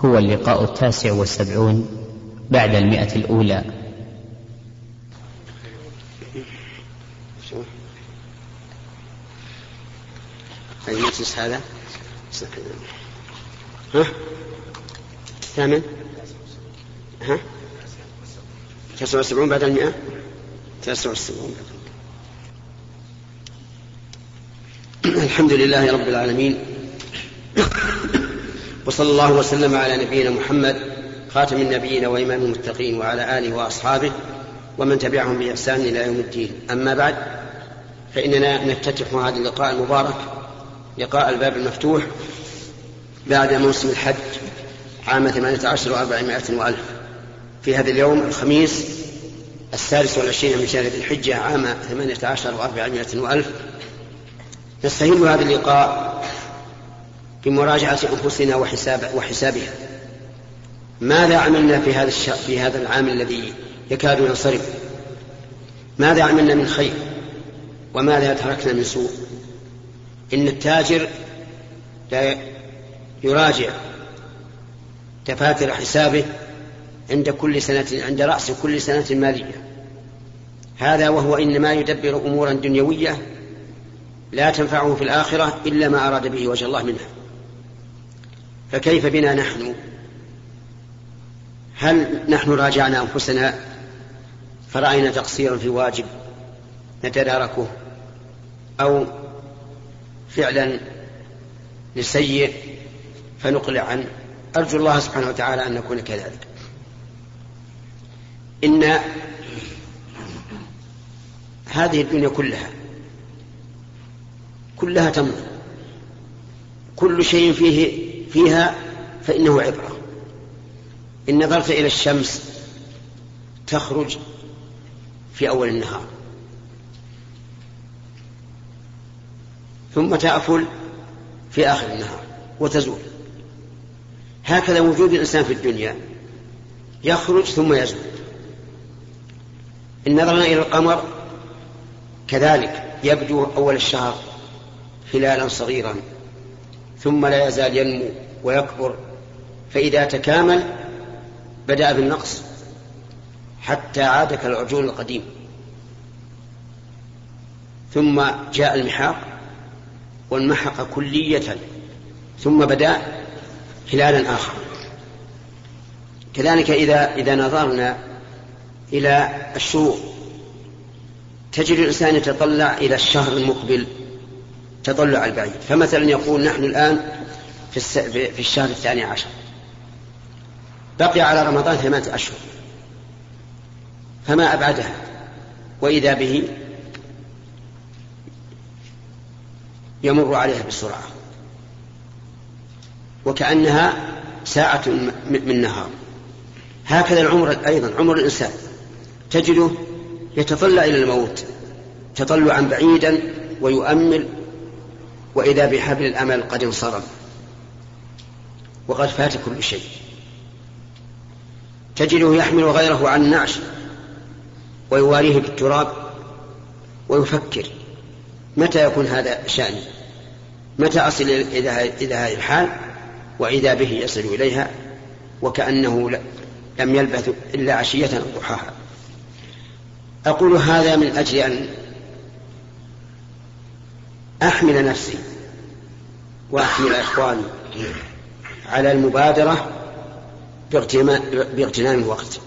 هو اللقاء 79 بعد 100 الأولى. أي مجلس هذا؟ ها؟ ثامن؟ ها؟ 79 بعد 100؟ 79. الحمد لله رب العالمين، وصلى الله وسلم على نبينا محمد خاتم النبيين وإمام المتقين وعلى آله وأصحابه ومن تبعهم بإحسان إلى يوم الدين. أما بعد، فإننا نفتتح هذا اللقاء المبارك، لقاء الباب المفتوح بعد موسم الحج عام 18 و400 وألف، في هذا اليوم الخميس 26 من شهر ذي الحجة عام 18 و400 وألف. نستهل هذا اللقاء بمراجعة أنفسنا وحسابها. ماذا عملنا في هذا العام الذي يكاد ينصرف؟ ماذا عملنا من خير وماذا تركنا من سوء؟ إن التاجر لا يراجع دفاتر حسابه عند رأس كل سنة مالية، هذا وهو إنما يدبر أمورا دنيوية لا تنفعه في الآخرة إلا ما أراد به وجه الله منها. فكيف بنا نحن؟ هل نحن راجعنا أنفسنا فرأينا تقصيرا في واجب نتداركه، أو فعلا لسيء فنقلع عنه؟ أرجو الله سبحانه وتعالى أن نكون كذلك. إن هذه الدنيا كلها تمر، كل شيء فيها فإنه عبرة. إن نظرت إلى الشمس تخرج في أول النهار ثم تأفل في آخر النهار وتزول، هكذا وجود الإنسان في الدنيا يخرج ثم يزول. إن نظرنا إلى القمر كذلك يبدو أول الشهر هلالا صغيرا ثم لا يزال ينمو ويكبر، فإذا تكامل بدأ بالنقص حتى عاد كالعجول القديم، ثم جاء المحاق وانمحق كلية ثم بدأ هلالا آخر. كذلك إذا نظرنا إلى الشروق تجد الإنسان يتطلع إلى الشهر المقبل تطلع البعيد. فمثلا يقول نحن الآن في الشهر 12، بقي على رمضان 8 أشهر، فما أبعدها، وإذا به يمر عليها بسرعة وكأنها ساعة من نهار. هكذا العمر أيضا، عمر الإنسان تجده يتطلع إلى الموت تطلعا بعيدا ويؤمل، وإذا بحبل الأمل قد انصرم وقد فات كل شيء. تجده يحمل غيره عن النعش ويواريه بالتراب ويفكر متى يكون هذا شأني، متى أصل إلى هذه الحال، وإذا به يصل إليها وكأنه لم يلبث إلا عشية أو ضحاها. أقول هذا من أجل أن أحمل نفسي وأحمل إخواني على المبادرة باغتنام الوقت،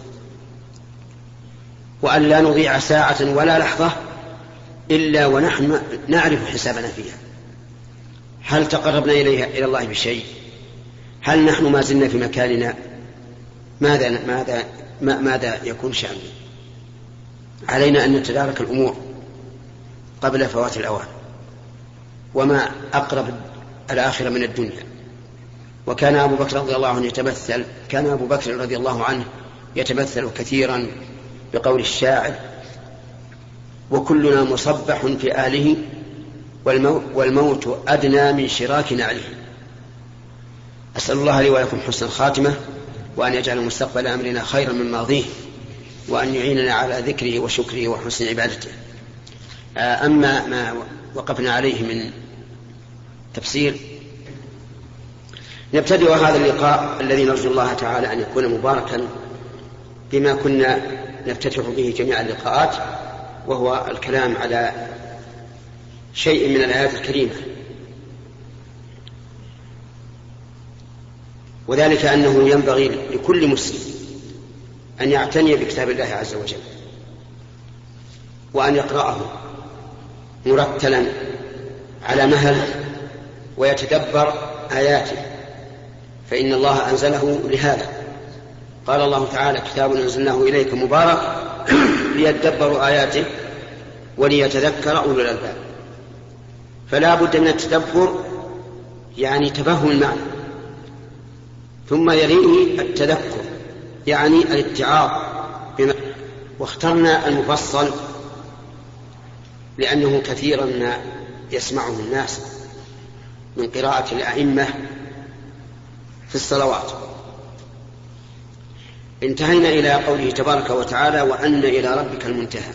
وأن لا نضيع ساعة ولا لحظة إلا ونحن نعرف حسابنا فيها. هل تقربنا إلى الله بشيء؟ هل نحن ما زلنا في مكاننا؟ ماذا يكون شأننا؟ علينا أن نتدارك الأمور قبل فوات الأوان، وما أقرب الآخرة من الدنيا. وكان أبو بكر رضي الله عنه يتمثل كثيرا بقول الشاعر: وكلنا مصبح في أهله والموت أدنى من شراك نعله. أسأل الله لي ولكم حسن الخاتمة، وأن يجعل مستقبل أمرنا خيرا من ماضيه، وأن يعيننا على ذكره وشكره وحسن عبادته. أما ما وقفنا عليه من تفسير نبتدئ هذا اللقاء الذي نرجو الله تعالى أن يكون مباركا بما كنا نفتتح به جميع اللقاءات، وهو الكلام على شيء من الآيات الكريمة، وذلك أنه ينبغي لكل مسلم أن يعتني بكتاب الله عز وجل، وأن يقرأه مرتلا على مهل، ويتدبر آياته، فإن الله أنزله لهذا. قال الله تعالى: كتاب أنزلناه إليك مبارك ليدبروا آياته وليتذكر أولو الألباب. فلا بد من التدبر، يعني تفهم المعنى، ثم يليه التذكر، يعني الاتعاظ بما. واخترنا المفصل لأنه كثيرا ما يسمعه الناس من قراءة الأئمة في الصلوات. انتهينا إلى قوله تبارك وتعالى: وأن إلى ربك المنتهى.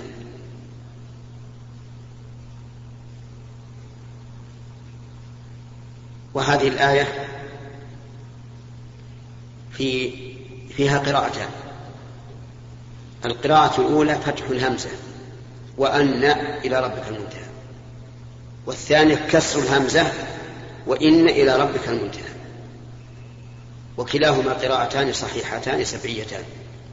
وهذه الآية فيها قراءتان. القراءة الأولى فتح الهمزة وأن إلى ربك المنتهى، والثانية كسر الهمزة وإن إلى ربك المنتهى، وكلاهما قراءتان صحيحتان سبعيتان.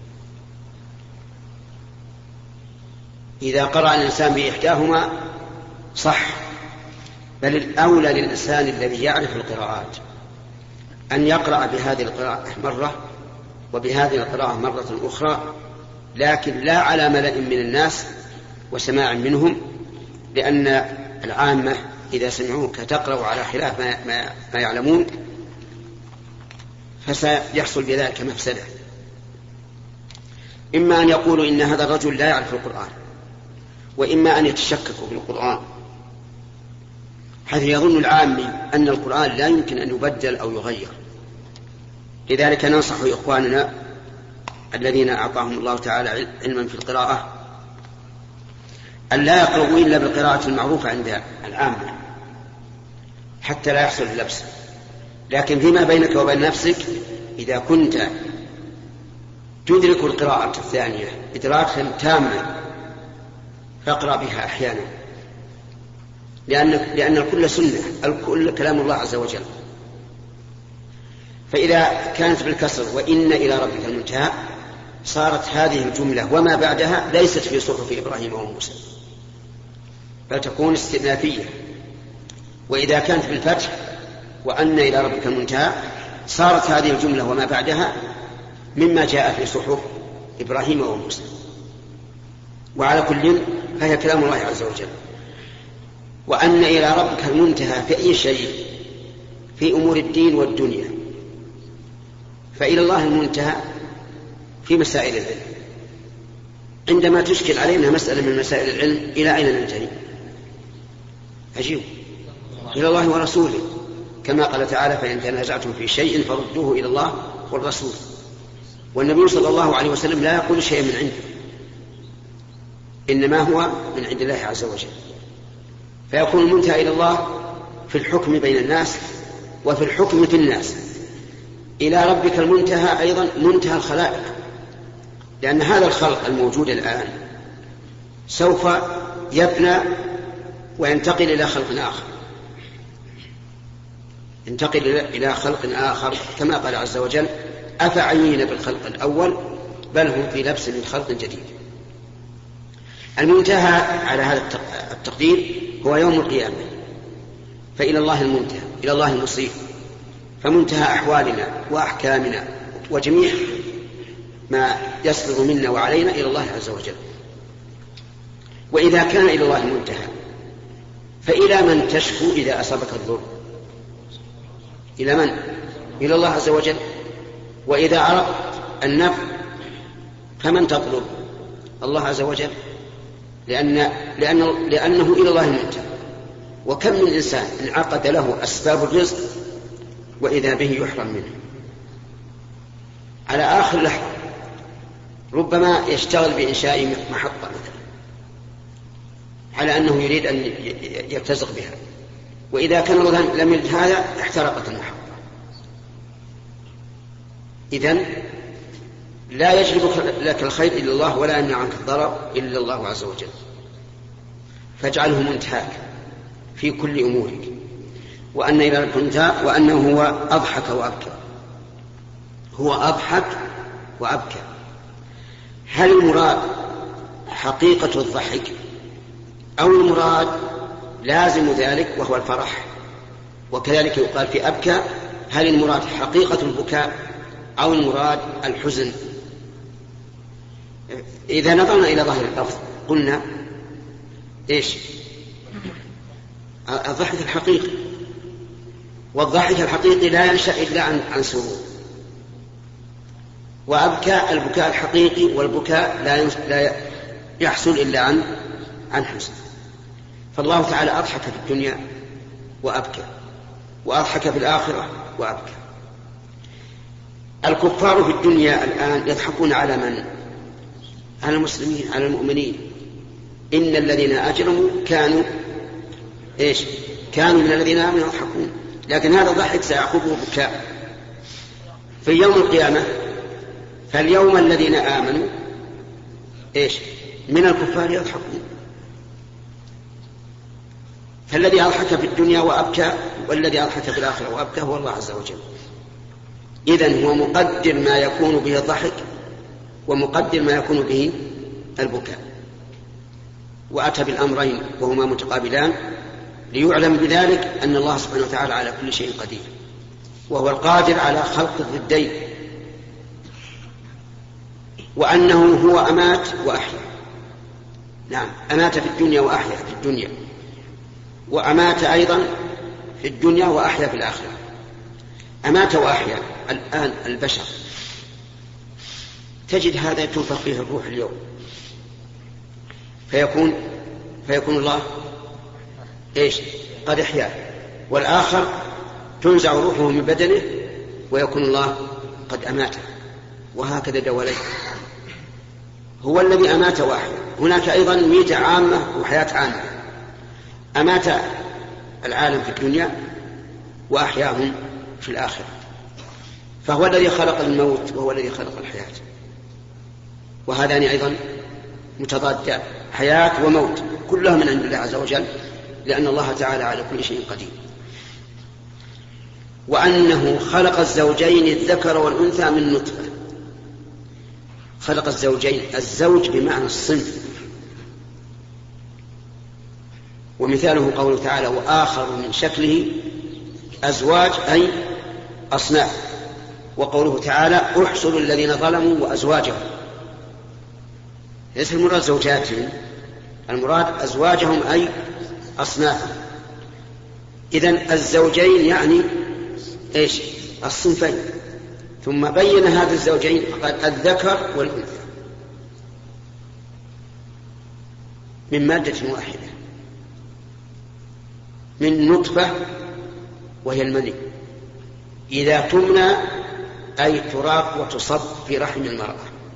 إذا قرأ الإنسان بإحداهما صح، بل الأولى للإنسان الذي يعرف القراءات أن يقرأ بهذه القراءة مرة وبهذه القراءة مرة أخرى، لكن لا على ملأ من الناس وسماع منهم، لأن العامة إذا سمعوك تقرأ على خلاف ما يعلمون فسيحصل بذلك مفسدة. إما أن يقولوا إن هذا الرجل لا يعرف القرآن، وإما أن يتشككوا في القرآن، حيث يظن العامي أن القرآن لا يمكن أن يبدل أو يغير. لذلك ننصح إخواننا الذين أعطاهم الله تعالى علما في القراءة أن لا يقرؤوا إلا بالقراءة المعروفة عند العامة حتى لا يحصل اللبس. لكن فيما بينك وبين نفسك إذا كنت تدرك القراءة الثانية إدراكا تاما فاقرأ بها أحيانا، لأن الكل سنة، الكل كلام الله عز وجل. فإذا كانت بالكسر وإن إلى ربك المنتهى صارت هذه الجملة وما بعدها ليست في صحف إبراهيم وموسى، فتكون استئنافية. وإذا كانت بالفتح وأن إلى ربك المنتهى صارت هذه الجملة وما بعدها مما جاء في صحف إبراهيم وموسى. وعلى كل فهي كلام الله عز وجل. وأن إلى ربك المنتهى في أي شيء، في أمور الدين والدنيا، فإلى الله المنتهى في مسائل العلم. عندما تشكل علينا مسألة من مسائل العلم إلى أين ننتهي؟ عجيب، إلى الله ورسوله، كما قال تعالى: فإن تنازعتم في شيء فردوه إلى الله والرسول. والنبي صلى الله عليه وسلم لا يقول شيء من عنده، إنما هو من عند الله عز وجل. فيكون المنتهى إلى الله في الحكم بين الناس وفي الحكم في الناس. إلى ربك المنتهى أيضا منتهى الخلائق، لأن هذا الخلق الموجود الآن سوف يبنى وينتقل إلى خلق آخر، ينتقل إلى خلق آخر، كما قال عز وجل: أفعينا بالخلق الأول بل هم في لبس من خلق جديد. المنتهى على هذا التقدير هو يوم القيامة، فإلى الله المنتهى، إلى الله المصير. فمنتهى أحوالنا وأحكامنا وجميع ما يصدر منا وعلينا إلى الله عز وجل. وإذا كان إلى الله المنتهى فإلى من تشكو إذا أصابك الضر؟ إلى من؟ إلى الله عز وجل. وإذا عرفت النفع فمن تطلب؟ الله عز وجل، لأنه إلى الله المنتهى. وكم من إنسان انعقد له أسباب الرزق وإذا به يحرم منه على آخر لحظة، ربما يشتغل بإنشاء محطة مثلا على أنه يريد أن يرتزق بها، وإذا كان الله لم يرد هذا احترقت المحطة. إذن لا يجلب لك الخير إلا الله ولا يمنع عنك الضرر إلا الله عز وجل، فاجعله منتهاك في كل أمورك، وأن إلى الانتهاء، وأنه هو أضحك وأبكى، هو أضحك وأبكى. هل المراد حقيقة الضحك أو المراد لازم ذلك وهو الفرح؟ وكذلك يقال في أبكى، هل المراد حقيقة البكاء أو المراد الحزن؟ إذا نظرنا إلى ظاهر اللفظ قلنا إيش؟ الضحك الحقيقي، والضحك الحقيقي لا ينشأ إلا عن سرور، وأبكى البكاء الحقيقي، والبكاء لا يحصل إلا عن حزن. فالله تعالى أضحك في الدنيا وأبكى، وأضحك في الآخرة وأبكى. الكفار في الدنيا الآن يضحكون على من؟ على المسلمين، على المؤمنين. إن الذين أجرموا كانوا إيش؟ كانوا من الذين آمنوا يضحكون، لكن هذا الضحك سيعقبه بكاء في يوم القيامة. فاليوم الذين آمنوا إيش؟ من الكفار يضحكون. فالذي أضحك في الدنيا وأبكى والذي أضحك في الآخرة وأبكى هو الله عز وجل. إذن هو مقدر ما يكون به الضحك ومقدر ما يكون به البكاء، وأتى بالأمرين وهما متقابلان ليعلم بذلك أن الله سبحانه وتعالى على كل شيء قدير، وهو القادر على خلق الضدين، وأنه هو أمات وأحيا. نعم، أمات في الدنيا وأحيا في الدنيا، وأمات أيضا في الدنيا وأحيا في الآخرة. أمات وأحيا. الآن البشر تجد هذا تنفخ فيه الروح اليوم فيكون الله إيش؟ قد أحياه، والآخر تنزع روحه من بدنه ويكون الله قد أماته، وهكذا دولين. هو الذي أمات وأحيا. هناك أيضا ميتة عامة وحياة عامة. أمات العالم في الدنيا وأحياهم في الآخرة، فهو الذي خلق الموت وهو الذي خلق الحياة، وهذان أيضا متضادان، حياة وموت كلها من عند الله عز وجل، لأن الله تعالى على كل شيء قدير. وأنه خلق الزوجين الذكر والأنثى من نطفة. خلق الزوجين، الزوج بمعنى الصنف، ومثاله قوله تعالى وآخر من شكله أزواج، أي أصناف. وقوله تعالى احصروا الذين ظلموا وأزواجهم، ليس المراد زوجاتهم، المراد أزواجهم أي أصنافهم. إذن الزوجين يعني إيش؟ الصنفين. ثم بين هذا الزوجين فقال الذكر والأنثى من مادة واحدة، من نطفة وهي المني، إذا تمنى أي تراق وتصب في رحم المرأة.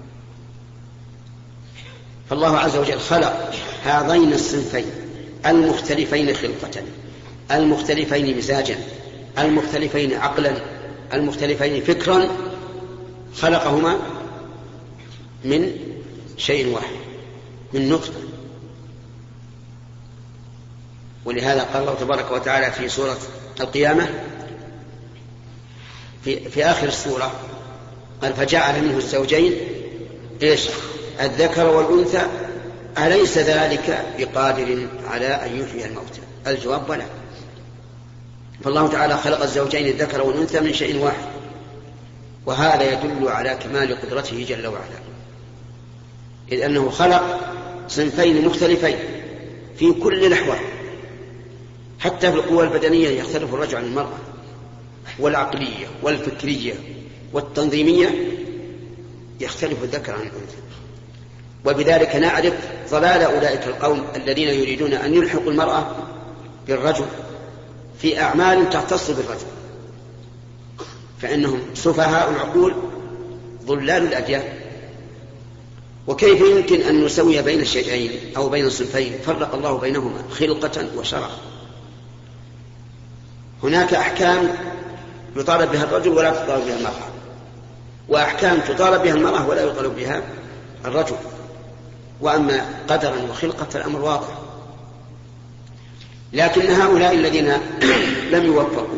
فالله عز وجل خلق هذين الصنفين المختلفين خلقة، المختلفين مزاجا، المختلفين عقلا، المختلفين فكرا، خلقهما من شيء واحد، من نطفة. ولهذا قال الله تبارك وتعالى في سورة القيامة في آخر السورة قال فجعل منه الزوجين إيش؟ الذكر والأنثى أليس ذلك بقادر على أن يحيي الموتى؟ الجواب بلى. فالله تعالى خلق الزوجين الذكر والأنثى من شيء واحد، وهذا يدل على كمال قدرته جل وعلا، إذ أنه خلق صنفين مختلفين في كل الأحوال. حتى في القوى البدنية يختلف الرجل عن المرأة، والعقلية والفكرية والتنظيمية يختلف الذكر عن الأنثى. وبذلك نعرف ضلال أولئك القوم الذين يريدون أن يلحقوا المرأة بالرجل في أعمال تختص بالرجل، فإنهم سفهاء العقول ضلال الأديان. وكيف يمكن أن نسوي بين الشيئين أو بين الصنفين؟ فرق الله بينهما خلقة وشرع. هناك أحكام يطالب بها الرجل ولا تطالب بها المرأة، وأحكام تطالب بها المرأة ولا يطالب بها الرجل. وأما قدرا وخلقة فالأمر واضح. لكن هؤلاء الذين لم يوفقوا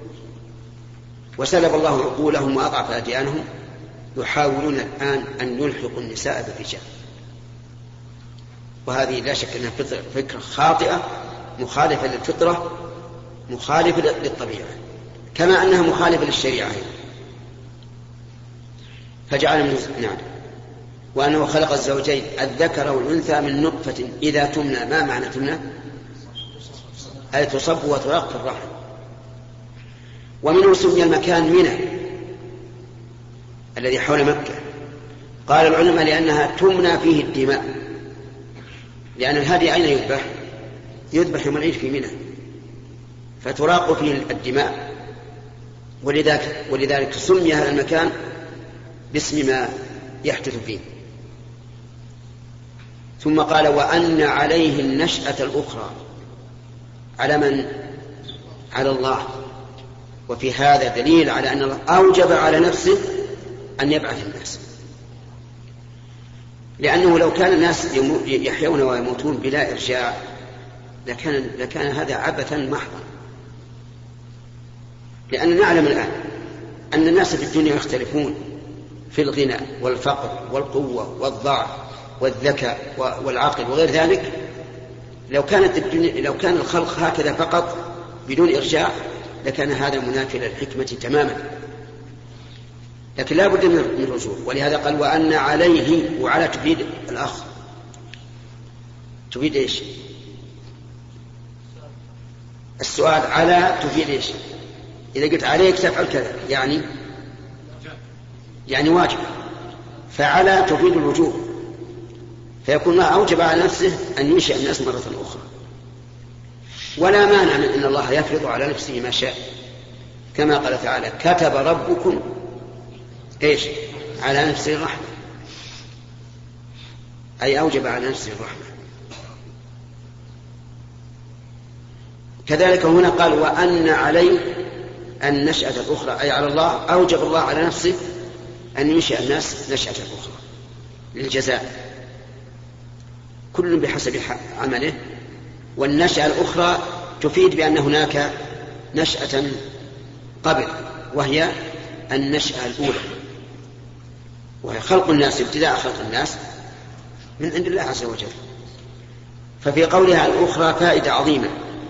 وسلب الله عقولهم وأضعف أديانهم يحاولون الآن أن يلحقوا النساء بالرجال، وهذه لا شك أنها فكرة خاطئة مخالفة للفطرة مخالفة للطبيعة، كما أنها مخالفة للشريعة. فجعل من نعم وأنه خلق الزوجين الذكر والأنثى من نطفة إذا تمنى. ما معنى تمنى؟ أي تصب وتراق في الرحم. ومنه سمي المكان منى الذي حول مكة. قال العلماء لأنها تمنى فيه الدماء، لأن الهدي أين يذبح؟ يذبح يوم العيد في منى، فتراق فيه الدماء، ولذلك سمي هذا المكان باسم ما يحدث فيه. ثم قال وأن عليه النشأة الأخرى. على من؟ على الله. وفي هذا دليل على أن الله أوجب على نفسه أن يبعث الناس، لأنه لو كان الناس يحيون ويموتون بلا إرجاع لكان هذا عبثا محضا. لأننا نعلم الآن أن الناس في الدنيا يختلفون في الغنى والفقر والقوة والضعف والذكاء والعقل وغير ذلك. لو كان الخلق هكذا فقط بدون إرجاع لكان هذا منافي للحكمة تماما. لكن لا بد من رجوع، ولهذا قال وأن عليه. وعلى تفيد الأخ، تفيد إيش؟ السؤال على تفيد إيش؟ إذا قلت عليك تفعل كذا يعني واجب، فعلى تفيد الوجوب، فيكون الله أوجب على نفسه أن ينشئ الناس مرة أخرى. ولا مانع من أن الله يفرض على نفسه ما شاء، كما قال تعالى كتب ربكم إيش؟ على نفسه الرحمة، أي أوجب على نفسه الرحمة. كذلك هنا قال وأن عليه النشأة الأخرى، أي على الله أوجب الله على نفسه أن ينشئ الناس نشأة أخرى للجزاء، كل بحسب عمله. والنشأة الأخرى تفيد بأن هناك نشأة قبل، وهي النشأة الأولى، وهي خلق الناس، ابتداء خلق الناس من عند الله عز وجل. ففي قولها الأخرى فائدة عظيمة،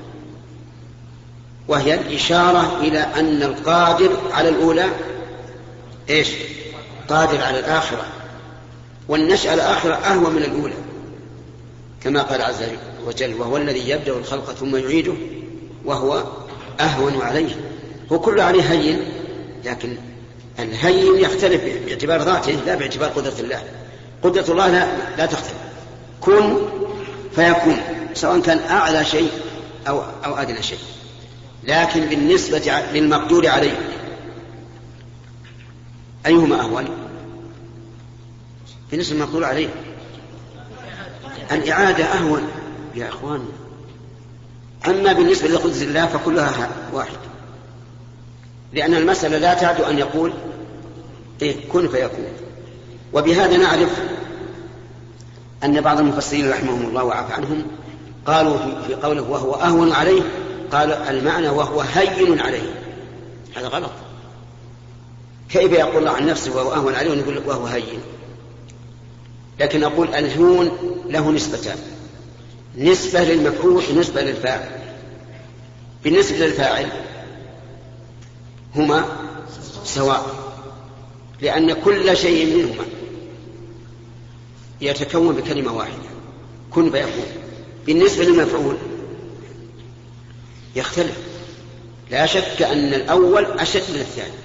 وهي الإشارة إلى أن القادر على الأولى إيش؟ قادر على الآخرة، والنشأة الآخرة أهون من الأولى، كما قال عز وجل وهو الذي يبدأ الخلق ثم يعيده وهو أهون عليه. هو كل عليه هين، لكن الهين يختلف باعتبار ذاته لا باعتبار قدرة الله. قدرة الله لا تختلف، كن فيكون، سواء كان أعلى شيء أو أدنى شيء. لكن بالنسبة للمقدور عليه أيهما أهون؟ بالنسبة للمقدور عليه الإعادة أهون يا أخوان. أما بالنسبة لقدرة الله فكلها واحد، لأن المسألة لا تعد أن يقول كن فيكون. وبهذا نعرف أن بعض المفسرين رحمهم الله وعفى عنهم قالوا في قوله وهو أهون عليه، قال المعنى وهو هين عليه. هذا غلط. كيف يقول الله عن نفسه وهو أهون عليه ونقول وهو هين؟ لكن نقول الهون له نسبتان، نسبة للمفعول ونسبة للفاعل. بالنسبة للفاعل هما سواء، لأن كل شيء منهما يتكون بكلمة واحدة كن فيكون. بالنسبة للمفعول يختلف، لا شك أن الأول أشد من الثاني.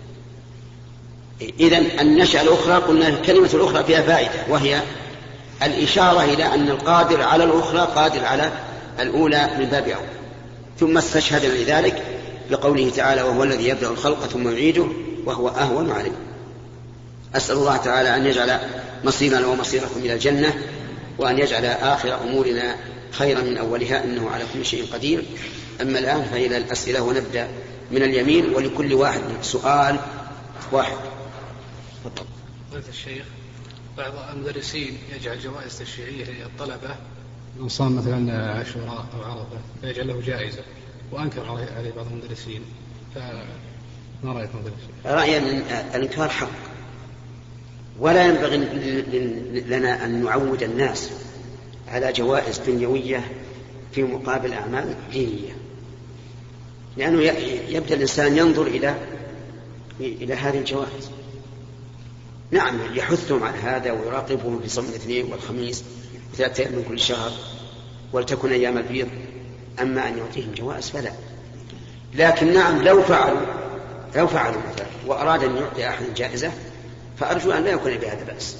إذن النشأة الأخرى قلنا الكلمة الأخرى فيها فائدة، وهي الإشارة إلى أن القادر على الأخرى قادر على الأولى من باب أول. ثم استشهدنا لذلك بقوله تعالى وهو الذي يبدأ الخلق ثم يعيده وهو أهون عليه. أسأل الله تعالى أن يجعل مصيرنا ومصيركم إلى الجنة، وأن يجعل آخر أمورنا خيرا من أولها، إنه على كل شيء قدير. أما الآن فإلى الأسئلة، ونبدأ من اليمين، ولكل واحد سؤال واحد. تفضل. قلت الشيخ بعض المدرسين يجعل جوائز تشجيعية للطلبة من صام مثلا عاشوراء أو عرفة فيجعل له جائزة، وأنكر عليه بعض المدرسين، فما رأيكم بالشيء؟ رأيي أن الإنكار حق، ولا ينبغي لنا أن نعود الناس على جوائز دنيوية في مقابل أعمال دينية، لأنه يبدأ الإنسان ينظر إلى هذه الجوائز. نعم يحثهم على هذا ويراقبهم في صوم الاثنين والخميس وثلاثة أيام من كل شهر ولتكن أيام البيض، أما أن يعطيهم جوائز فلا. لكن نعم لو فعلوا مثلا وأراد أن يعطي أحد جائزة فأرجو أن لا يكون بهذا بأس.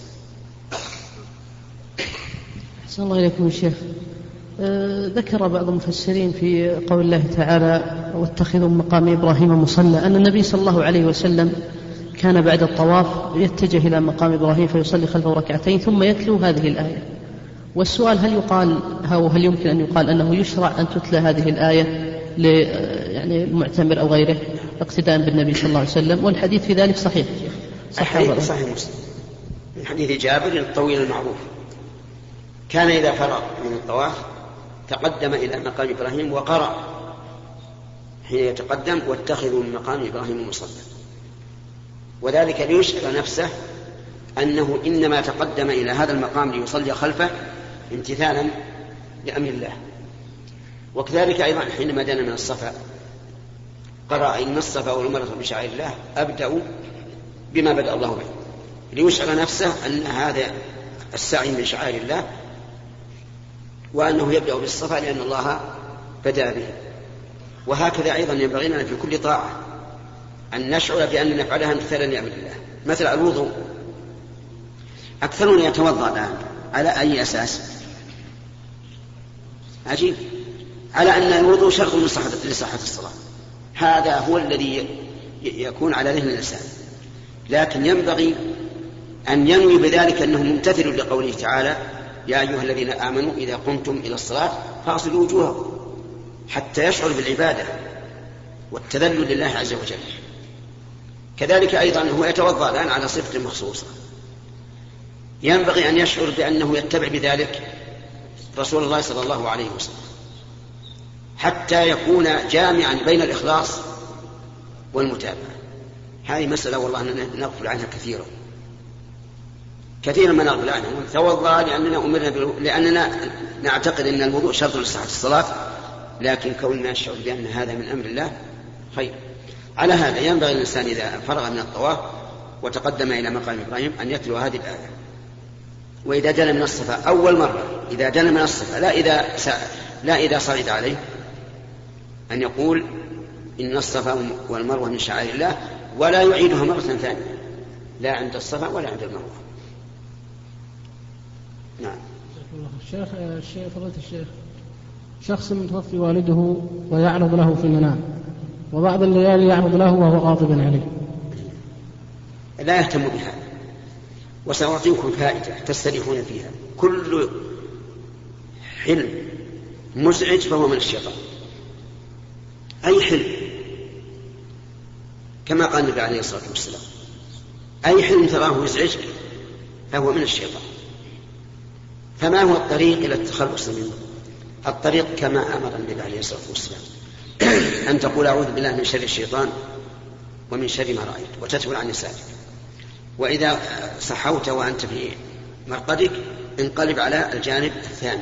أحسن الله إليكم الشيخ. ذكر بعض المفسرين في قول الله تعالى واتخذوا من مقام إبراهيم مصلى أن النبي صلى الله عليه وسلم كان بعد الطواف يتجه إلى مقام إبراهيم فيصلي خلفه ركعتين ثم يتلو هذه الآية. والسؤال هل يمكن أن يقال أنه يشرع أن تتلى هذه الآية يعني المعتمر أو غيره اقتداء بالنبي صلى الله عليه وسلم؟ والحديث في ذلك صحيح صحيح مسلم من حديث جابر الطويل المعروف، كان إذا فرغ من الطواف تقدم إلى مقام إبراهيم وقرأ حين يتقدم واتخذوا من مقام إبراهيم مصلى، وذلك ليشعر نفسه أنه إنما تقدم إلى هذا المقام ليصلي خلفه امتثالا لأمر الله. وكذلك أيضا حينما دنا من الصفا قرأ إن الصفا والمروة من شعائر الله أبدأ بما بدأ الله به، ليشعر نفسه أن هذا السعي من شعائر الله وأنه يبدأ بالصفا لأن الله بدأ به. وهكذا أيضا ينبغي لنا في كل طاعة أن نشعر بأن نفعلها امتثالا لأمر الله. مثل الوضوء، أكثرون يتوضأ الآن على أي أساس؟ عجيب، على أن الوضوء شرط لصحة الصلاة، هذا هو الذي يكون على ذهن الإنسان. لكن ينبغي أن ينوي بذلك أنه ممتثل لقوله تعالى يا أيها الذين آمنوا إذا قمتم إلى الصلاة فاغسلوا وجوهكم، حتى يشعر بالعبادة والتذلل لله عز وجل. كذلك أيضا هو يتوضأ الآن على صفة مخصوصة، ينبغي أن يشعر بأنه يتبع بذلك رسول الله صلى الله عليه وسلم، حتى يكون جامعا بين الإخلاص والمتابعة. هذه مسألة والله نغفل عنها كثيرا ما نغفل عنها. توضأ لأننا نعتقد أن الوضوء شرط لصحة الصلاة، لكن كوننا نشعر بأن هذا من أمر الله خير. على هذا ينبغي الإنسان إذا فرغ من الطواف وتقدم إلى مقام إبراهيم أن يتلو هذه الآية. وإذا دنا من الصفا أول مرة، إذا دنا من الصفا لا إذا صعد عليه، أن يقول إن الصفا والمروة من شعائر الله، ولا يعيدها مرة ثانية، لا عند الصفا ولا عند المروة. نعم. فضيلة الشيخ، شخص متوفي والده ويعرض له في المنام، وبعض الليالي يعرض له وهو غاضب عليه، لا يهتم بها. وسأعطيكم فائدة تستريحون فيها: كل حلم مزعج فهو من الشيطان، أي حلم، كما قال النبي عليه الصلاة والسلام: أي حلم تراه يزعجك فهو من الشيطان. فما هو الطريق إلى التخلص منه؟ الطريق كما أمر النبي عليه الصلاة والسلام أن تقول أعوذ بالله من شر الشيطان ومن شر ما رأيت، وتتول عن يسارك. وإذا صحوت وأنت في مرقدك انقلب على الجانب الثاني،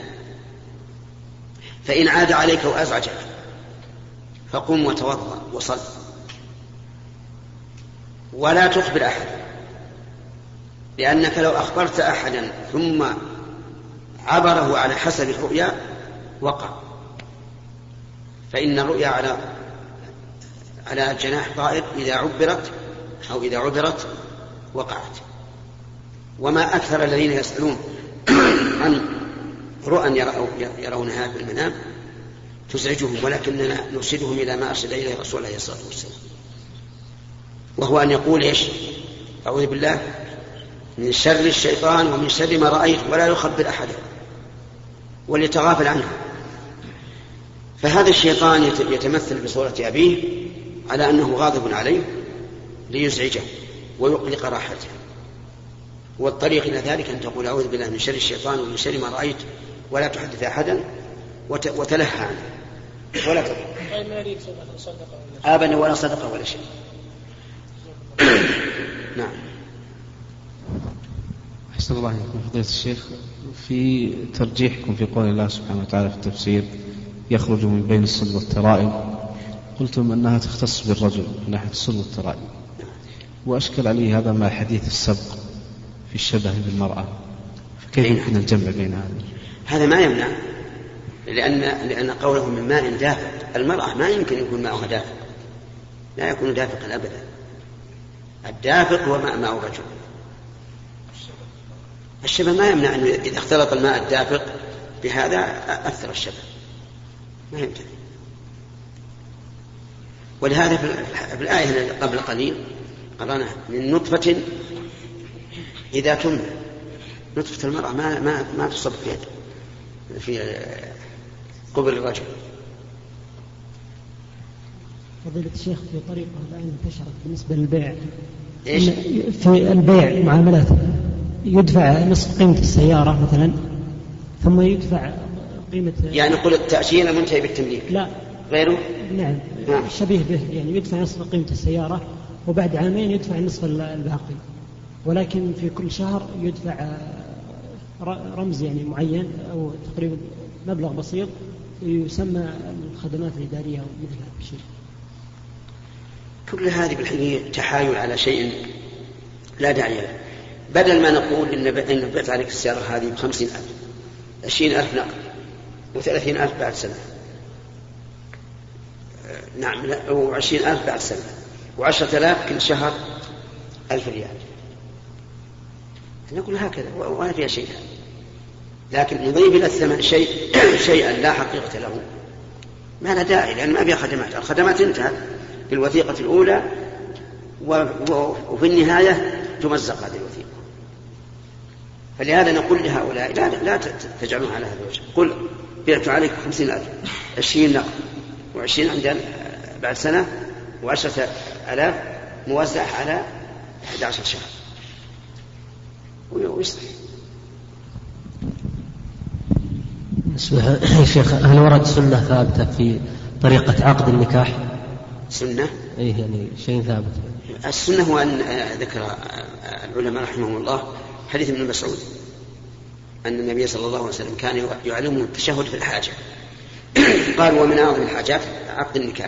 فإن عاد عليك وأزعجك فقم وتوضأ وصل، ولا تخبر أحد، لأنك لو أخبرت أحدا ثم عبره على حسب الرؤيا وقع، فإن الرؤيا على جناح طائر إذا عبرت أو إذا عبرت وقعت. وما أكثر الذين يسألون عن رؤى يرونها في المنام تزعجهم، ولكننا نرشدهم إلى ما أرشد إليه رسول الله صلى الله عليه وسلم، وهو أن يقول إيش؟ أعوذ بالله من شر الشيطان ومن شر ما رأيت، ولا يخبر أحدا وليتغافل عنه. فهذا الشيطان يتمثل بصورة أبيه على أنه غاضب عليه ليزعجه ويقلق راحته، والطريق إلى ذلك أن تقول أعوذ بالله من شر الشيطان ومن شر ما رأيت ولا تحدث أحدا وتلهى عنه ولا تقول آبا ولا صدقة ولا شيء. نعم. أحسن الله عليكم فضيلة الشيخ، في ترجيحكم في قول الله سبحانه وتعالى في التفسير يخرج من بين الصلب والترائب، قلتم أنها تختص بالرجل من ناحية الصلب والترائب، وأشكل عليه هذا مع حديث السبق في الشبه بالمرأة، فكيف يمكن الجمع بين هذا؟ ما يمنع، لأن قوله من ماء دافق، المرأة ما يمكن يكون ماءها دافق، لا يكون دافقا أبدا. الدافق هو ماء الرجل. الشبه ما يمنع أنه إذا اختلط الماء الدافق بهذا أثر الشبه، ما يمكن. ولهذا في الآية قبل قليل قرأنا من نطفة إذا تم، نطفة المرأة ما تصب في قبل الرجل. فضيلة الشيخ، في طريقة الآن انتشرت بالنسبة للبيع، في البيع معاملات يدفع نصف قيمة السيارة مثلا، ثم يدفع قيمة، يعني قل التأشيرة منتهي بالتمليك، لا غيره. نعم شبيه به، يعني يدفع نصف قيمة السيارة وبعد عامين يدفع نصف الباقي، ولكن في كل شهر يدفع رمز يعني معين أو تقريبا مبلغ بسيط يسمى الخدمات الإدارية ومثل هذا الشيء. كل هذه بالحقيقة تحايل على شيء لا داعي له. بدل ما نقول إن بعت عليك السيارة هذه ب50,000، 20,000 نقد و30,000 بعد سنة، نعم، و20,000 بعد سنة، و10,000 كل شهر 1,000 ريال، نقول هكذا ولا فيها شيء. لكن نضيف إلى الثمن شيئا لا حقيقة له، ما لا داعي، لأن ما فيها خدمات. الخدمات انتهت في الوثيقة الأولى، وفي النهاية تمزق هذه الوثيقة. فلهذا نقول لهؤلاء لا تجعلون على هذا الوجه. قل بعت عليك 50,000، 20 نقد و20 عندنا بعد سنة، و10,000 موزع على 11 شهر ويصلح. يا شيخ، هل ورد سنة ثابتة في طريقة عقد النكاح؟ سنة؟ إيه يعني شيء ثابت. السنة هو أن ذكر العلماء رحمهم الله حديث ابن مسعود أن النبي صلى الله عليه وسلم كان يعلمه التشهد في الحاجة. قال ومن أعظم الحاجات عقد النكاح،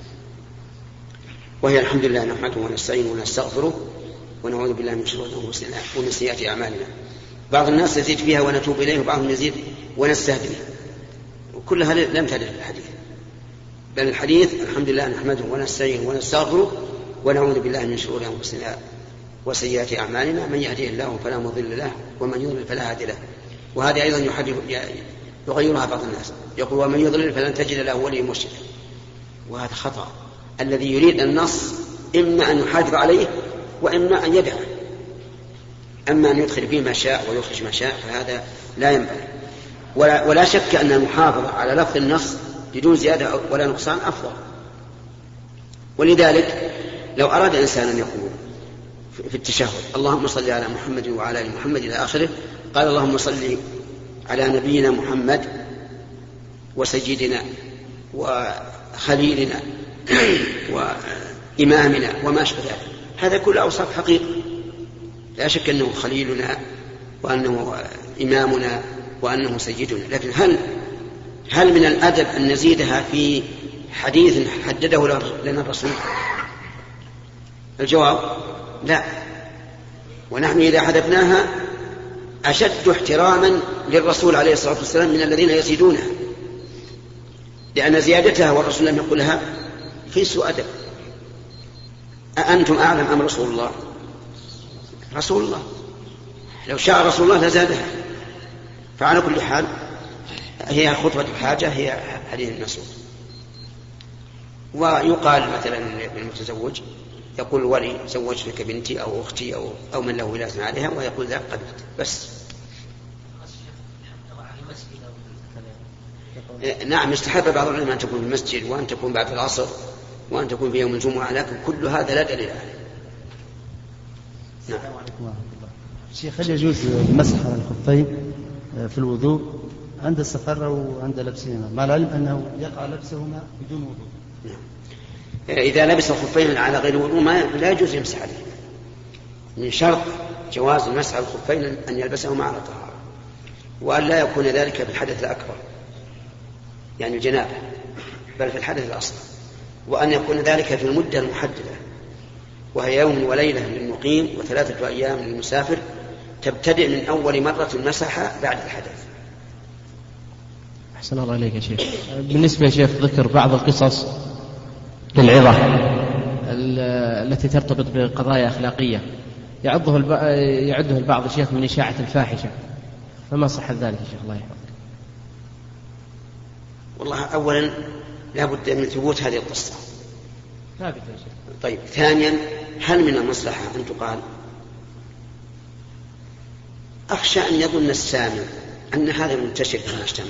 وهي الحمد لله نحمده ونستعينه ونستغفره ونعوذ بالله من شرور أنفسنا ومن سيئات أعمالنا. بعض الناس يزيد فيها ونتوب إليه، وبعضهم يزيد ونستهديه، وكلها لم ترد في الحديث، بل الحديث الحمد لله نحمده ونستعينه ونستغفره ونعوذ بالله من شرور أنفسنا وسيئات أعمالنا، من يهديه الله فلا مضل له ومن يضلل فلا هادي له. وهذا أيضا يغيرها بعض الناس، يقول ومن يضلل فلن تجد له وليا مرشدا، وهذا خطأ. الذي يريد النص إما أن يحافظ عليه وإما أن يدعه، أما أن يدخل فيه ما شاء ويخرج ما شاء فهذا لا ينبغي. ولا شك أن المحافظة على لفظ النص بدون زيادة ولا نقصان أفضل. ولذلك لو أراد إنسان أن يقول في التشهد اللهم صل على محمد وعلى آل محمد إلى آخره، قال اللهم صل على نبينا محمد وسيدنا وخليلنا وإمامنا وما أشبه ذلك، هذا كل أوصاف حقيقة، لا شك أنه خليلنا وأنه إمامنا وأنه سيدنا. لكن هل من الأدب أن نزيدها في حديث حدده لنا الرسول؟ الجواب لا. ونحن إذا حدثناها أشد احتراما للرسول عليه الصلاة والسلام من الذين يزيدونها، لأن زيادتها والرسول لم يقولها في سوء أدب. أأنتم أعلم أم رسول الله؟ رسول الله، لو شاء رسول الله لزادها. فعلى كل حال هي خطبة الحاجة، هي حديث المسعود. ويقال مثلا للمتزوج يقول ولي زوجتك بنتي أو أختي أو من له ولاية عليها، ويقول ذا قبلت بس. نعم، استحب بعض العلماء أن تكون في المسجد، وأن تكون بعد العصر، وأن تكون في يوم الجمعة، لكن كل هذا لا دليل عليه. نعم. السلام عليكم ورحمة الله. شيخ، هل يجوز المسح على الخفين في الوضوء عند السفر أو عند لبسهما، مع العلم أنه يقع لبسهما بدون وضوء؟ نعم. إذا لبس الخفين على غير وضوء لا يجوز يمسح عليه. من شرط جواز المسح على الخفين أن يلبسهما على طهارة، وأن لا يكون ذلك في الحدث الأكبر يعني الجنابة، بل في الحدث الأصغر، وأن يكون ذلك في المدة المحددة، وهي يوم وليلة للمقيم و3 أيام للمسافر، تبتدئ من أول مرة مسح بعد الحدث. أحسن الله إليك يا شيخ. بالنسبة يا شيخ ذكر بعض القصص للعظة التي ترتبط بقضايا أخلاقية يعده البعض شيخ من إشاعة الفاحشة، فما صح ذلك يا شيخ الله يحفظك؟ والله أولا لا بد من ثبوت هذه القصة ثابت يا شيخ. طيب، ثانيا هل من المصلحة أن تقال؟ أخشى أن يظن السامع أن هذا منتشر في المجتمع،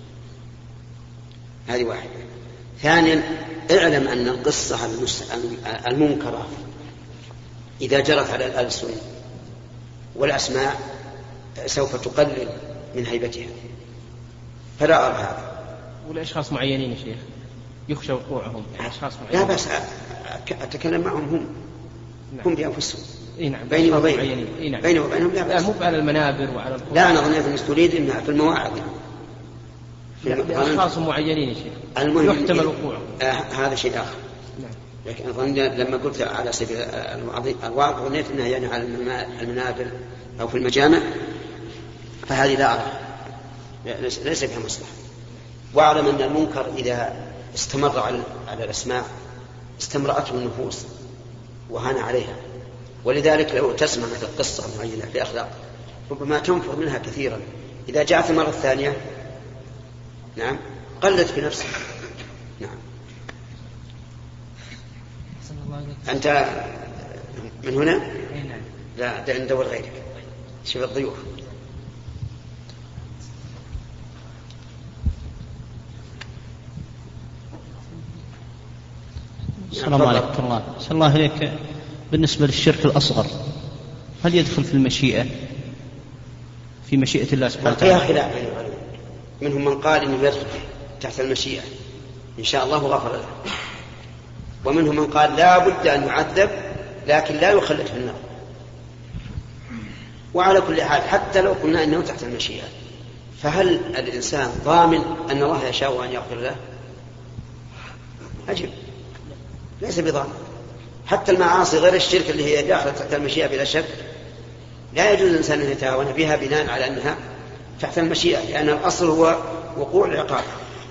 هذه واحدة. ثانيا اعلم أن القصة المنكرة إذا جرت على الألسن والأسماء سوف تقلل من هيبتها، فلا أرى هذا. ولأشخاص معينين يا شيخ يخشى وقوعهم، أشخاص معينين. لا بس أتكلم معهم هم بأنفسهم. نعم. بيني وبينهم لا بأس. مو على المنابر وعلى الخروج. لا، أنا ظنيت أن تريد إنها في المواعظ لأشخاص معينين يا شيخ يحتمل وقوعهم. هذا شيء آخر. نعم. لكن أظن لما قلت على سبيل الواقع ظنيت أنها يعني على المنابر أو في المجامع، فهذه لا أرى، ليس فيها مصلحة. واعلم أن المنكر إذا استمر على الأسماء استمرأته النفوس وهان عليها، ولذلك لو تسمع مثل قصة معينة في أخلاق ربما تنفر منها كثيرا، إذا جاءت المرة الثانية نعم قلت في نفسك. نعم. أنت من هنا؟ لا، ندور غيرك. شوف الضيوف. السلام عليكم الله. صلى الله عليك. بالنسبة للشرك الأصغر هل يدخل في المشيئة، في مشيئة الله سبحانه وتعالى؟ فيها خلاف بين العلماء، منهم من قال إنه يدخل تحت المشيئة إن شاء الله غفر له، ومنهم من قال لا بد أن يعذب لكن لا يخلد في النار. وعلى كل حال حتى لو قلنا إنه تحت المشيئة، فهل الإنسان ضامن أن الله يشاء أن يغفر له؟ أجب، ليس بضامن. حتى المعاصي غير الشرك اللي هي داخلة تحت المشيئة بلا شك لا يجوز الإنسان أن يتهاون بها بناء على أنها تحت المشيئة، لأن الأصل هو وقوع العقاب.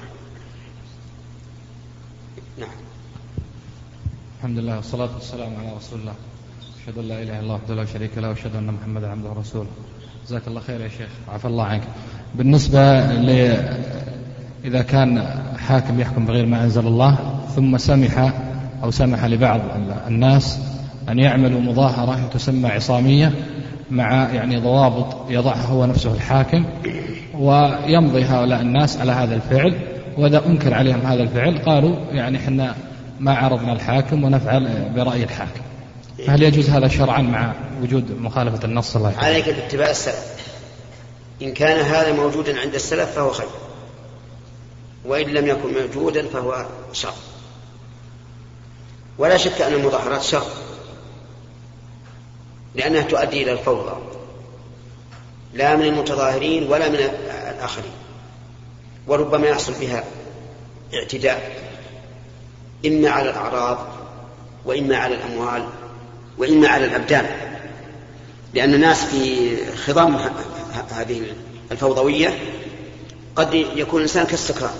نعم. الحمد لله والصلاة والسلام على رسول الله، أشهد أن لا إله إلا الله وحده لا شريك له، وأشهد أن محمدا عبده ورسوله. جزاك الله خير يا شيخ، عفى الله عنك. بالنسبة إذا كان حاكم يحكم بغير ما أنزل الله ثم سمح لبعض الناس أن يعملوا مظاهرة تسمى عصامية مع يعني ضوابط يضعها هو نفسه الحاكم، ويمضي هؤلاء الناس على هذا الفعل، وإذا أنكر عليهم هذا الفعل قالوا يعني حنا ما عرضنا الحاكم ونفعل برأي الحاكم. هل يجوز هذا شرعا مع وجود مخالفة النص؟ الله يحفظك. عليك باتباع السلف، إن كان هذا موجودا عند السلف فهو خير، وإن لم يكن موجودا فهو شر. ولا شك أن المظاهرات شر، لأنها تؤدي إلى الفوضى لا من المتظاهرين ولا من الآخرين، وربما يحصل بها اعتداء إما على الأعراض وإما على الأموال وإما على الأبدان، لأن الناس في خضم هذه الفوضوية قد يكون الإنسان كالسكران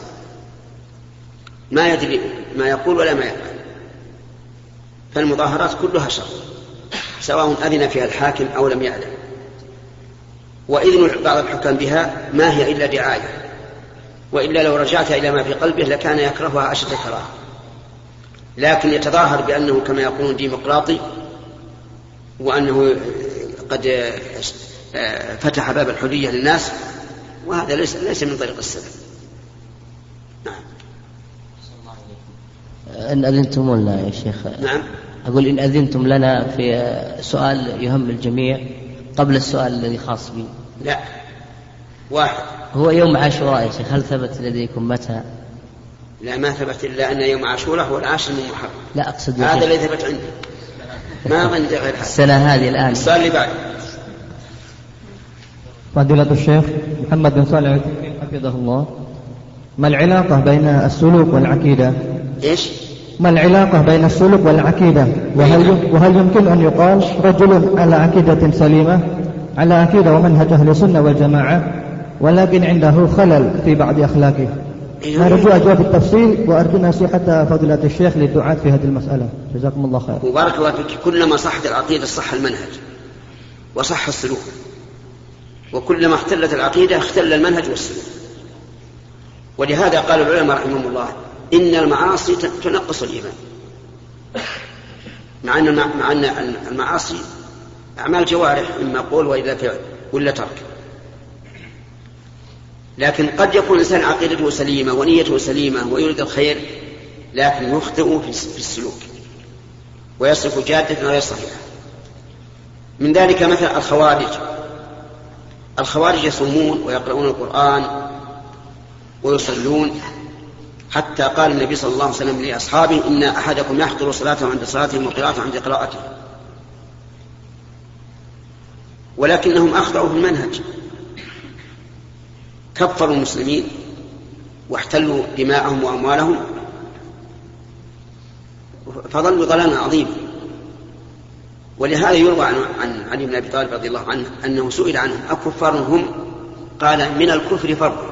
ما يدري ما يقول ولا ما يفعل. فالمظاهرات كلها شر سواء أذن فيها الحاكم أو لم يأذن، وإذن بعض الحكام بها ما هي إلا دعاية، وإلا لو رجعت إلى ما في قلبه لكان يكرهها أشد كراهة. لكن يتظاهر بأنه كما يقولون ديمقراطي، وأنه قد فتح باب الحرية للناس، وهذا ليس من طريق السلف. نعم. إن أذنتم لنا يا شيخ. نعم. أقول إن أذنتم لنا في سؤال يهم الجميع قبل السؤال الذي خاص بي. لا، واحد. هو يوم عاشوراء يا شيخ، هل ثبت لديكم متى؟ لا، ما ثبت إلا أن يوم عاشوراء هو 10 من محرم. لا أقصد هذا اللي ثبت عندي، ما عندي غير هذا. السنة هذه الآن. السؤال اللي بعد. فضيلة الشيخ محمد بن صالح العثيمين حفظه الله، ما العلاقة بين السلوك والعقيدة؟ إيش؟ ما العلاقة بين السلوك والعقيدة؟ وهل يمكن أن يقال رجل على عقيدة سليمة، على عقيدة ومنهج أهل السنة والجماعة، ولكن عنده خلل في بعض أخلاقه؟ نرجو أجواب التفصيل، وأرجو نصيحة فضيلة الشيخ للدعاة في هذه المسألة، جزاكم الله خير. وبارك الله فيك. كلما صحت العقيدة صح المنهج وصح السلوك، وكلما اختلت العقيدة اختل المنهج والسلوك. ولهذا قال العلماء رحمهم الله إن المعاصي تنقص الإيمان، مع أن المعاصي أعمال جوارح، إما قول وإلا فعل ولا ترك، لكن قد يكون الإنسان عقيدته سليمة ونيته سليمة ويريد الخير، لكن يخطئ في السلوك ويصرف جادة غير صحيحة. من ذلك مثل الخوارج يصومون ويقرؤون القرآن ويصلون، حتى قال النبي صلى الله عليه وسلم لأصحابه إن أحدكم يحضر صلاته عند صلاتهم وقراءته عند قراءته، ولكنهم أخطأوا في المنهج، كفروا المسلمين واحتلوا دماءهم وأموالهم، فضلوا ضلالا عظيما. ولهذا يروى عن علي بن أبي طالب رضي الله عنه أنه سئل عنهم أكفار هم؟ قال من الكفر فرق.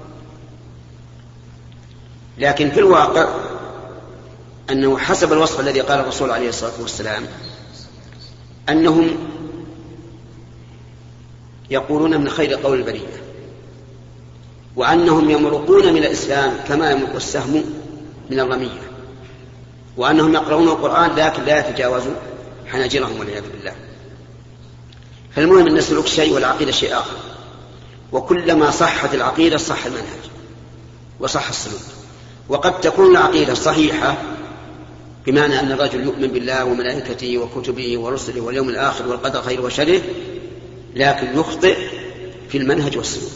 لكن في الواقع أنه حسب الوصف الذي قال الرسول عليه الصلاة والسلام أنهم يقولون من خير قول البرية، وأنهم يمرقون من الإسلام كما يمرق السهم من الرمية، وأنهم يقرؤون القرآن لكن لا يتجاوزوا حناجرهم والعياذ بالله. فالمهم أن السلوك شيء والعقيدة شيء آخر، وكلما صحت العقيدة صح المنهج وصح السلوك. وقد تكون العقيدة صحيحة بمعنى أن الرجل يؤمن بالله وملائكته وكتبه ورسله واليوم الآخر والقدر خير وشره، لكن يخطئ في المنهج والسلوك.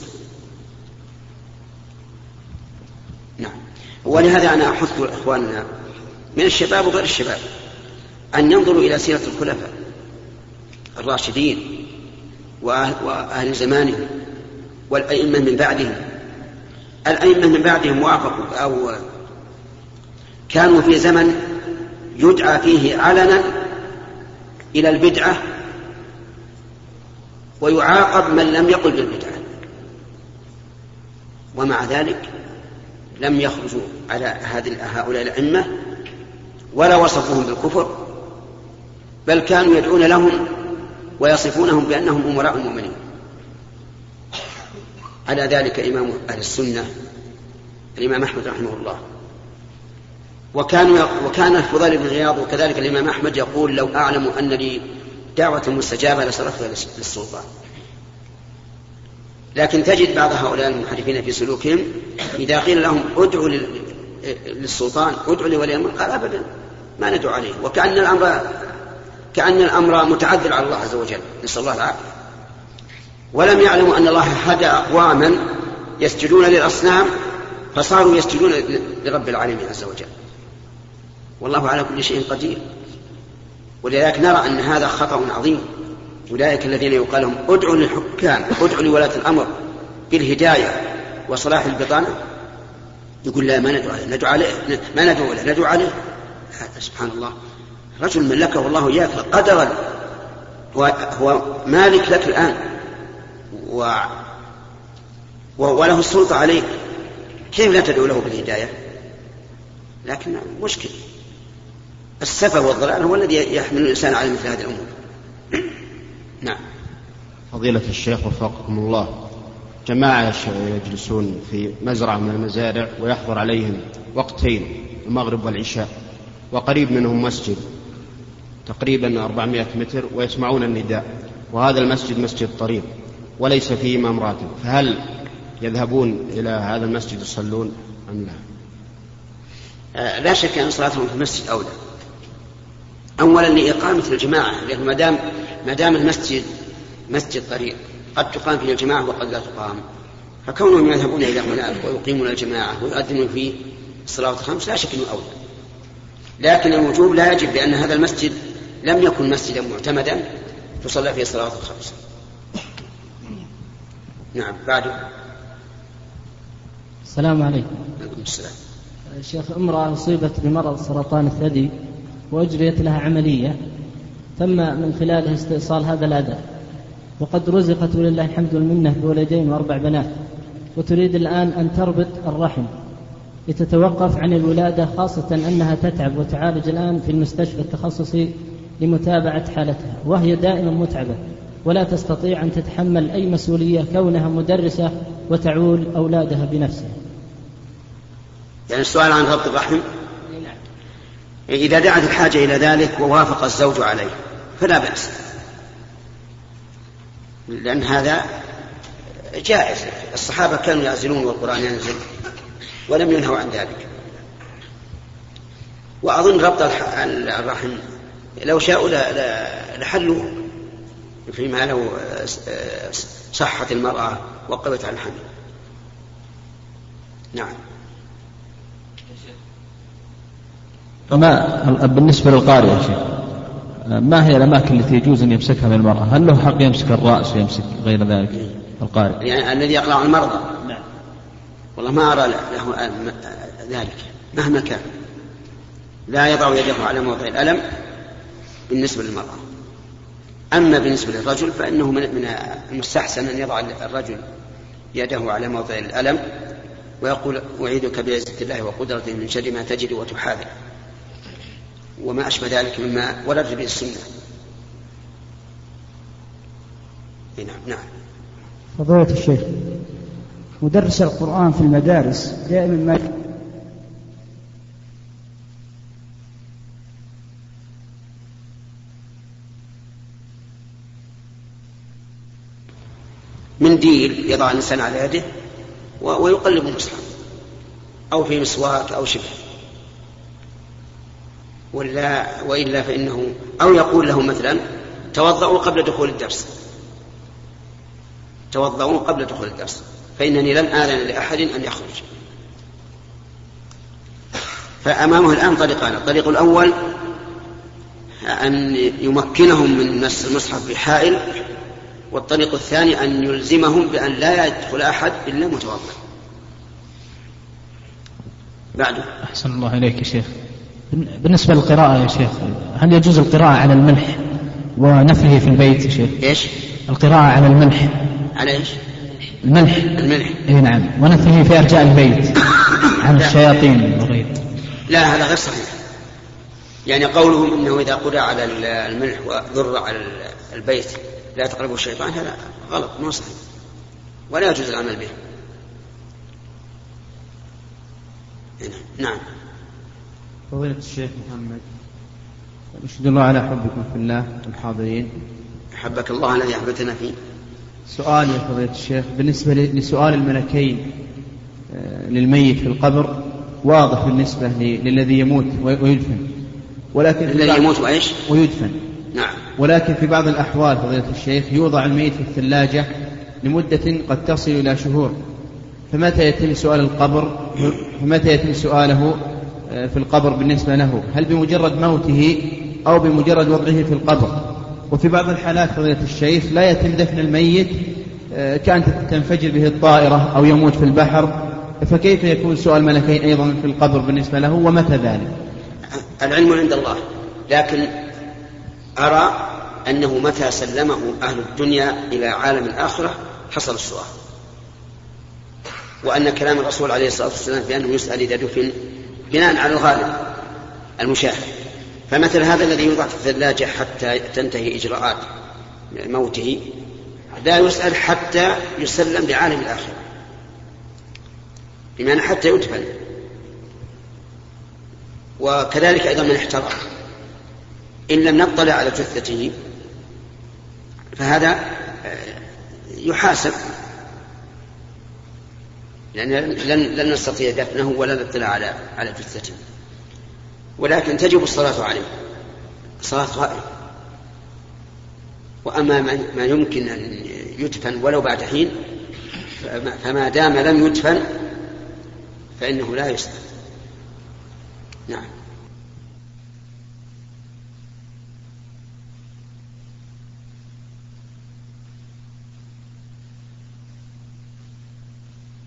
نعم. ولهذا أنا أحث إخواننا من الشباب وغير الشباب أن ينظروا إلى سيرة الخلفاء الراشدين وأهل زمانهم والأئمة من بعدهم. الأئمة من بعدهم وافقوا أو كانوا في زمن يدعى فيه علنا إلى البدعة ويعاقب من لم يقل بالبدعة، ومع ذلك لم يخرجوا على هؤلاء الأئمة ولا وصفوهم بالكفر، بل كانوا يدعون لهم ويصفونهم بأنهم أمراء المؤمنين. على ذلك إمام أهل السنة الإمام أحمد رحمه الله، وكان الفضيل بن عياض وكذلك الإمام أحمد يقول لو أعلم أن لي دعوة مستجابة لصرفتها للسلطان. لكن تجد بعض هؤلاء المنحرفين في سلوكهم إذا قيل لهم ادعوا للسلطان ادعوا لولي الأمر قال أبدا ما ندعو عليه، كأن الأمر متعذر على الله عز وجل، نسأل الله العافية. ولم يعلموا أن الله هدى أقواما يسجدون للأصنام فصاروا يسجدون لرب العالمين عز وجل، والله على كل شيء قدير. ولذلك نرى أن هذا خطأ عظيم. أولئك الذين يقال لهم ادعوا للحكام ادعوا لولاة الأمر بالهداية وصلاح البطانة، يقول لا ما ندعو عليه، ما ندعو له، ندعو عليه. سبحان الله، رجل ملكه الله إياك قدرا، هو مالك لك الآن وله السلطة عليك، كيف لا تدعو له بالهداية؟ لكن مشكل السفه والضلال هو الذي يحمل الإنسان على مثل هذه الأمور. نعم. فضيلة الشيخ وفقكم الله، جماعة يجلسون في مزرعة من المزارع ويحضر عليهم وقتين المغرب والعشاء، وقريب منهم مسجد تقريبا 400 متر ويسمعون النداء، وهذا المسجد مسجد طريق وليس فيه إمام راتب، فهل يذهبون إلى هذا المسجد يصلون أم لا؟ لا شك أن صلاتهم في المسجد أولا لإقامة الجماعة، لأن ما دام المسجد مسجد طريق قد تقام فيه الجماعة وقد لا تقام، فكونهم يذهبون إلى هناك ويقيمون الجماعة ويؤذنون فيه الصلاة الخمس لا شك أنه أولى. لكن الوجوب لا يجب، لأن هذا المسجد لم يكن مسجدا معتمدا تصلى فيه الصلاة الخمس. نعم. بعد. السلام عليكم. عليكم السلام. شيخ، امرأة أصيبت بمرض سرطان الثدي وأجريت لها عملية تم من خلالها استئصال هذا الأذى، وقد رزقت ولله الحمد والمنة بولدين و4 بنات، وتريد الآن أن تربط الرحم لتتوقف عن الولادة، خاصة أنها تتعب وتعالج الآن في المستشفى التخصصي لمتابعة حالتها، وهي دائما متعبة ولا تستطيع أن تتحمل أي مسؤولية كونها مدرسة وتعول أولادها بنفسها. يعني السؤال عن ربط الرحم. إذا دعت الحاجة إلى ذلك ووافق الزوج عليه فلا بأس، لأن هذا جائز. الصحابة كانوا يعزلون والقرآن ينزل ولم ينهوا عن ذلك. وأظن ربط الرحم لو شاءوا لحلوا فيما لو صحت المرأة وقبت عن الحمل. نعم. بالنسبة للقارئ يا شيخ، ما هي الأماكن التي يجوز أن يمسكها من المرأة؟ هل له حق يمسك الرأس ويمسك غير ذلك القارئ؟ يعني الذي يقرأ عن المرضى. نعم. والله ما أرى له ذلك مهما كان، لا يضع يده على موضع الألم بالنسبة للمرأة. أما بالنسبة للرجل فإنه من المستحسن أن يضع الرجل يده على موضع الألم ويقول أعيذك بعزة الله وقدرته من شر ما تجد وتحاذر وما أشبه ذلك مما ورد به السنة. نعم. فضيلة الشيخ، مدرس القرآن في المدارس دائما ما منديل يضع الإنسان على يده ويقلب المصحف أو في مسواك أو شبه، وإلا فإنه أو يقول له مثلا توضؤوا قبل دخول الدرس فإنني لن آذن لأحد أن يخرج. فأمامه الآن طريقان: الطريق الأول أن يمكنهم من مس المصحف بحائل، والطريق الثاني أن يلزمهم بأن لا يدخل أحد إلا متوضئ. بعده. أحسن الله إليك يا شيخ. بالنسبة للقراءة يا شيخ، هل يجوز القراءة على الملح ونفله في البيت يا شيخ؟ إيش؟ القراءة على الملح. على إيش؟ الملح. إيه نعم، ونفله في أرجاء البيت عن الشياطين وغيره. لا، هذا غير صحيح. يعني قولهم إنه إذا قرأ على الملح وضر على البيت لا تقربوا الشيطان، هذا غلط مو صحيح ولا يجوز العمل به. نعم. فضيلة الشيخ محمد، أشهد الله على حبكم في الله الحاضرين. أحبك الله الذي أحببتنا فيه. سؤال يا فضيلة الشيخ، بالنسبة لسؤال الملكين للميت في القبر واضح بالنسبة للذي يموت ويدفن، ولكن الذي يموت وإيش؟ ويدفن. نعم. ولكن في بعض الأحوال فضيلة الشيخ يوضع الميت في الثلاجة لمدة قد تصل إلى شهور، فمتى يتم سؤاله في القبر بالنسبة له؟ هل بمجرد موته أو بمجرد وضعه في القبر؟ وفي بعض الحالات فضيلة الشيخ لا يتم دفن الميت، كانت تنفجر به الطائرة أو يموت في البحر، فكيف يكون سؤال ملكين أيضا في القبر بالنسبة له ومتى ذلك؟ العلم عند الله، لكن أرى أنه متى سلمه أهل الدنيا إلى عالم الآخرة حصل السؤال، وأن كلام الرسول عليه الصلاة والسلام في أنه يسأل إذا دفن بناء على الغالب المشاهد. فمثل هذا الذي يوضع في الثلاجة حتى تنتهي إجراءات موته لا يسأل حتى يسلم لعالم الآخرة، بمعنى حتى يدفن. وكذلك أيضا من احترق إن لم نطلع على جثته فهذا يحاسب، لأن لن نستطيع دفنه ولا نطلع على جثته، ولكن تجب الصلاة عليه صلاة غائب. وأما ما يمكن أن يدفن ولو بعد حين فما دام لم يدفن فإنه لا يصلى. نعم.